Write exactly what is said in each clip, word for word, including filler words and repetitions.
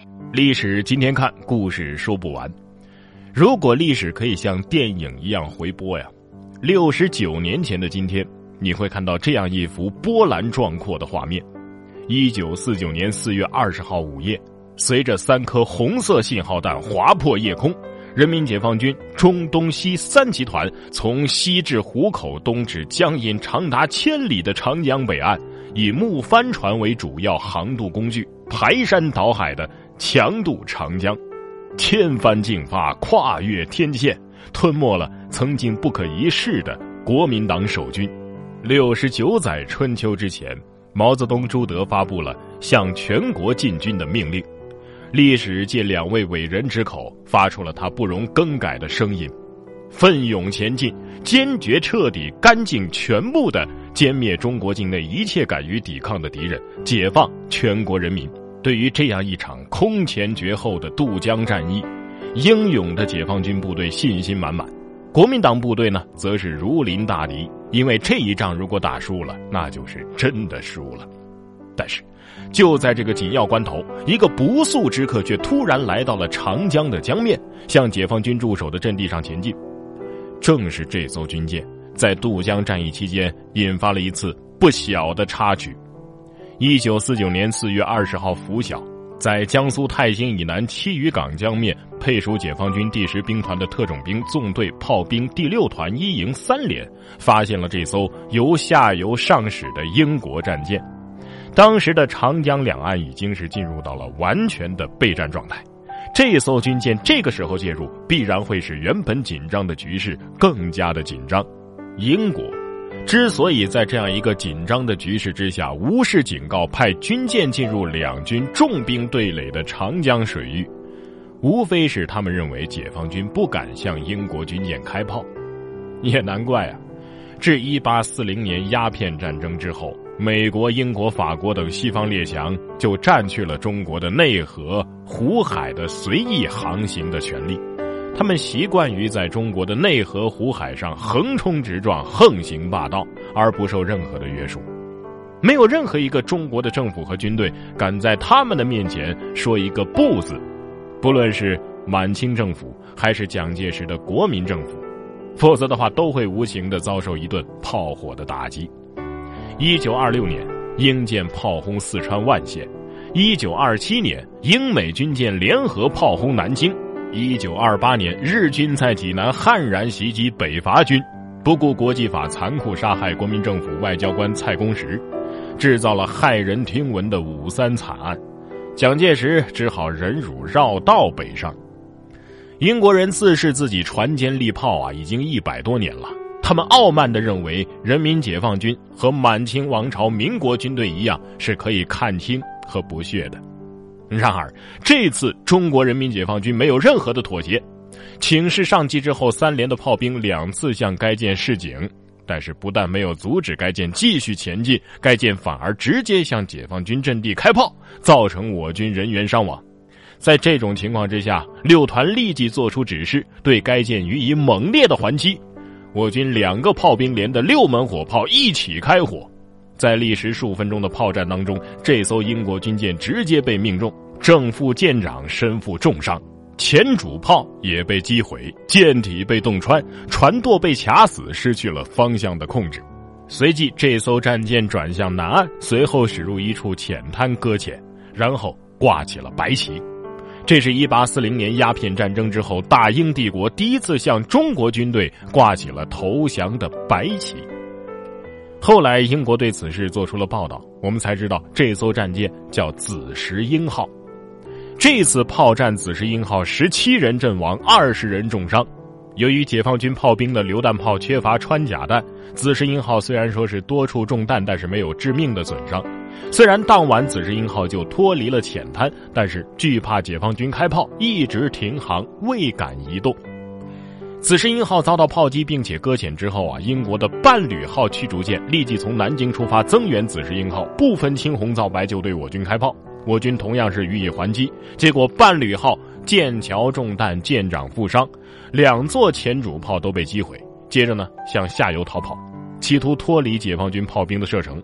历史今天看，故事说不完。如果历史可以像电影一样回播呀，六十九年前的今天，你会看到这样一幅波澜壮阔的画面。一九四九年四月二十号午夜，随着三颗红色信号弹划破夜空，人民解放军中东西三集团从西至湖口，东至江阴，长达千里的长江北岸，以木帆船为主要航渡工具，排山倒海的强渡长江，千帆竞发，跨越天堑，吞没了曾经不可一世的国民党守军。六十九载春秋之前，毛泽东、朱德发布了向全国进军的命令。历史借两位伟人之口发出了他不容更改的声音：奋勇前进，坚决彻底干净全部的歼灭中国境内一切敢于抵抗的敌人，解放全国人民。对于这样一场空前绝后的渡江战役，英勇的解放军部队信心满满，国民党部队呢则是如临大敌，因为这一仗如果打输了，那就是真的输了。但是就在这个紧要关头，一个不速之客却突然来到了长江的江面，向解放军驻守的阵地上前进。正是这艘军舰在渡江战役期间引发了一次不小的插曲。一九四九年四月二十号拂晓，在江苏泰兴以南七渔港江面，配属解放军第十兵团的特种兵纵队炮兵第六团一营三连发现了这艘由下游上驶的英国战舰。当时的长江两岸已经是进入到了完全的备战状态，这艘军舰这个时候介入，必然会使原本紧张的局势更加的紧张。英国之所以在这样一个紧张的局势之下无视警告，派军舰进入两军重兵对垒的长江水域，无非是他们认为解放军不敢向英国军舰开炮。也难怪啊，至一八四零年鸦片战争之后，美国、英国、法国等西方列强就占据了中国的内河、湖海的随意航行的权利。他们习惯于在中国的内河、湖海上横冲直撞、横行霸道，而不受任何的约束。没有任何一个中国的政府和军队敢在他们的面前说一个不字，不论是满清政府还是蒋介石的国民政府，否则的话都会无情地遭受一顿炮火的打击。一九二六年，英舰炮轰四川万县；一九二七年，英美军舰联合炮轰南京；一九二八年，日军在济南悍然袭击北伐军，不顾国际法残酷杀害国民政府外交官蔡公时，制造了骇人听闻的五三惨案。蒋介石只好忍辱绕道北上。英国人自视自己船坚利炮啊，已经一百多年了。他们傲慢地认为人民解放军和满清王朝民国军队一样，是可以看清和不屑的。然而这次中国人民解放军没有任何的妥协，请示上级之后，三连的炮兵两次向该舰示警，但是不但没有阻止该舰继续前进，该舰反而直接向解放军阵地开炮，造成我军人员伤亡。在这种情况之下，六团立即作出指示，对该舰予以猛烈的还击。我军两个炮兵连的六门火炮一起开火，在历时数分钟的炮战当中，这艘英国军舰直接被命中，正副舰长身负重伤，前主炮也被击毁，舰体被洞穿，船舵被卡死，失去了方向的控制。随即这艘战舰转向南岸，随后驶入一处浅滩搁浅，然后挂起了白旗。这是一八四零年鸦片战争之后，大英帝国第一次向中国军队挂起了投降的白旗。后来英国对此事做出了报道，我们才知道这艘战舰叫紫石英号。这次炮战，紫石英号十七人阵亡，二十人重伤。由于解放军炮兵的榴弹炮缺乏穿甲弹，紫石英号虽然说是多处中弹，但是没有致命的损伤。虽然当晚紫石英号就脱离了浅滩，但是惧怕解放军开炮，一直停航，未敢移动。紫石英号遭到炮击并且搁浅之后啊，英国的伴侣号驱逐舰立即从南京出发增援紫石英号，不分青红皂白就对我军开炮。我军同样是予以还击，结果伴侣号舰桥中弹，舰长负伤，两座前主炮都被击毁。接着呢，向下游逃跑，企图脱离解放军炮兵的射程。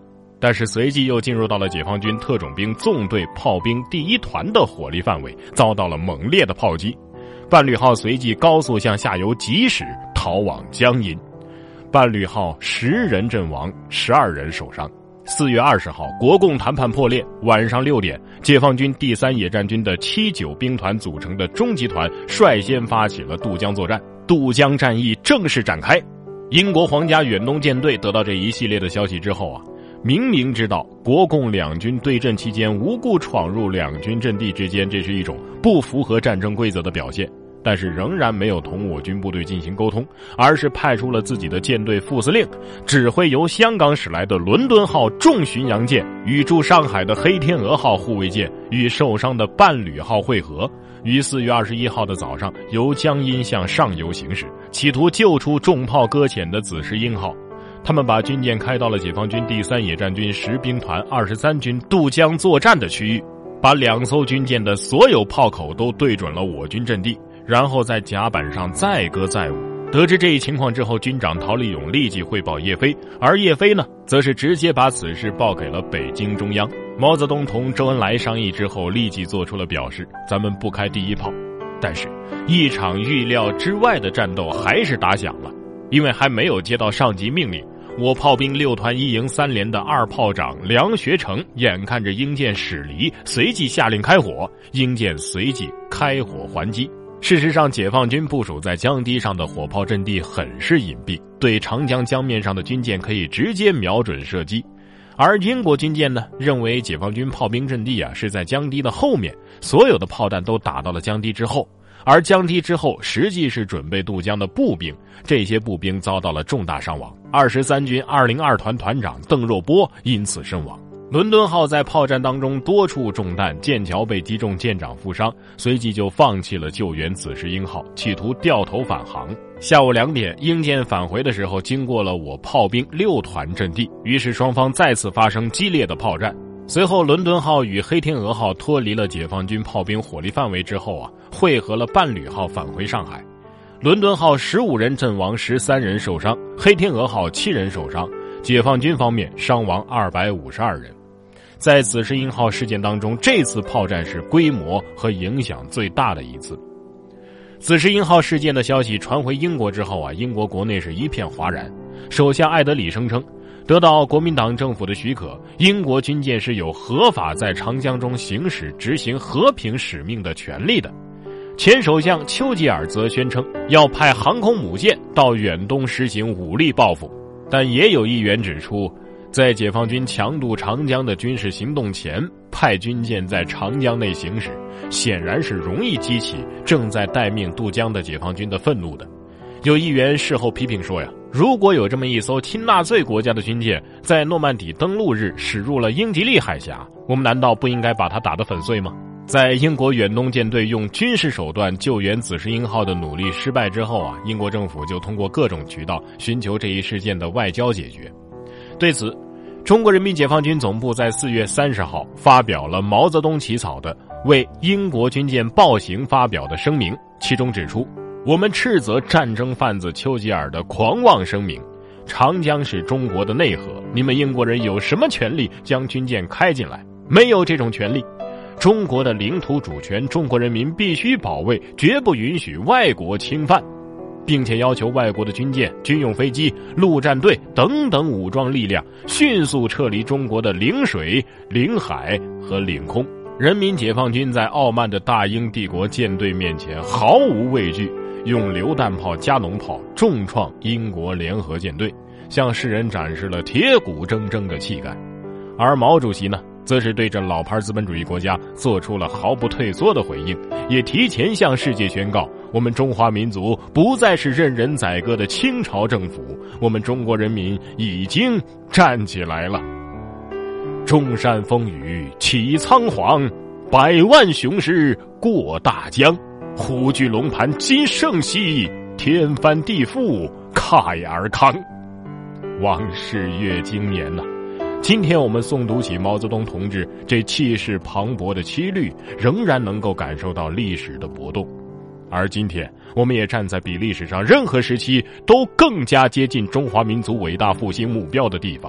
但是随即又进入到了解放军特种兵纵队炮兵第一团的火力范围，遭到了猛烈的炮击。伴侣号随即高速向下游疾驶，逃往江阴。伴侣号十人阵亡，十二人受伤。四月二十号，国共谈判破裂。晚上六点，解放军第三野战军的七九兵团组成的中集团率先发起了渡江作战，渡江战役正式展开。英国皇家远东舰队得到这一系列的消息之后啊，明明知道国共两军对阵期间无故闯入两军阵地之间，这是一种不符合战争规则的表现，但是仍然没有同我军部队进行沟通，而是派出了自己的舰队副司令，指挥由香港驶来的伦敦号重巡洋舰与驻上海的黑天鹅号护卫舰与受伤的伴侣号会合，于四月二十一号的早上由江阴向上游行驶，企图救出重炮搁浅的紫石英号。他们把军舰开到了解放军第三野战军十兵团二十三军渡江作战的区域，把两艘军舰的所有炮口都对准了我军阵地，然后在甲板上载歌载舞。得知这一情况之后，军长陶立勇立即汇报叶飞，而叶飞呢，则是直接把此事报给了北京中央。毛泽东同周恩来商议之后，立即做出了表示，咱们不开第一炮。但是一场预料之外的战斗还是打响了，因为还没有接到上级命令，我炮兵六团一营三连的二炮长梁学成眼看着英舰驶离，随即下令开火，英舰随即开火还击。事实上，解放军部署在江堤上的火炮阵地很是隐蔽，对长江江面上的军舰可以直接瞄准射击。而英国军舰呢，认为解放军炮兵阵地啊是在江堤的后面，所有的炮弹都打到了江堤之后，而江堤之后实际是准备渡江的步兵，这些步兵遭到了重大伤亡。二十三军二零二团团长邓若波因此身亡。伦敦号在炮战当中多处中弹，舰桥被击中，舰长负伤，随即就放弃了救援紫石英号，企图掉头返航。下午两点，英舰返回的时候经过了我炮兵六团阵地，于是双方再次发生激烈的炮战。随后伦敦号与黑天鹅号脱离了解放军炮兵火力范围之后啊，汇合了伴侣号返回上海。伦敦号十五人阵亡，十三人受伤，黑天鹅号七人受伤，解放军方面伤亡二百五十二人。在紫石英号事件当中，这次炮战是规模和影响最大的一次。紫石英号事件的消息传回英国之后啊，英国国内是一片哗然。首相艾德里声称，得到国民党政府的许可，英国军舰是有合法在长江中行驶执行和平使命的权利的。前首相丘吉尔则宣称要派航空母舰到远东实行武力报复。但也有议员指出，在解放军强渡长江的军事行动前，派军舰在长江内行驶，显然是容易激起正在待命渡江的解放军的愤怒的。有议员事后批评说呀，如果有这么一艘亲纳粹国家的军舰在诺曼底登陆日驶入了英吉利海峡，我们难道不应该把它打得粉碎吗？在英国远东舰队用军事手段救援紫石英号的努力失败之后啊，英国政府就通过各种渠道寻求这一事件的外交解决。对此，中国人民解放军总部在四月三十号发表了毛泽东起草的为英国军舰暴行发表的声明，其中指出，我们斥责战争贩子丘吉尔的狂妄声明，长江是中国的内河，你们英国人有什么权利将军舰开进来？没有这种权利。中国的领土主权，中国人民必须保卫，绝不允许外国侵犯，并且要求外国的军舰、军用飞机、陆战队等等武装力量迅速撤离中国的领水、领海和领空。人民解放军在傲慢的大英帝国舰队面前毫无畏惧，用榴弹炮、加农炮重创英国联合舰队，向世人展示了铁骨铮铮的气概。而毛主席呢，则是对这老牌资本主义国家做出了毫不退缩的回应，也提前向世界宣告，我们中华民族不再是任人宰割的清朝政府，我们中国人民已经站起来了。中山风雨起苍黄，百万雄师过大江，虎踞龙盘今盛熙，天翻地覆慨而慷。往事越经年呐、啊今天我们诵读起毛泽东同志这气势磅礴的七律，仍然能够感受到历史的搏动。而今天我们也站在比历史上任何时期都更加接近中华民族伟大复兴目标的地方，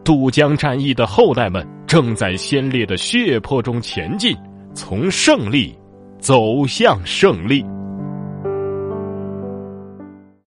渡江战役的后代们正在先烈的血泊中前进，从胜利走向胜利。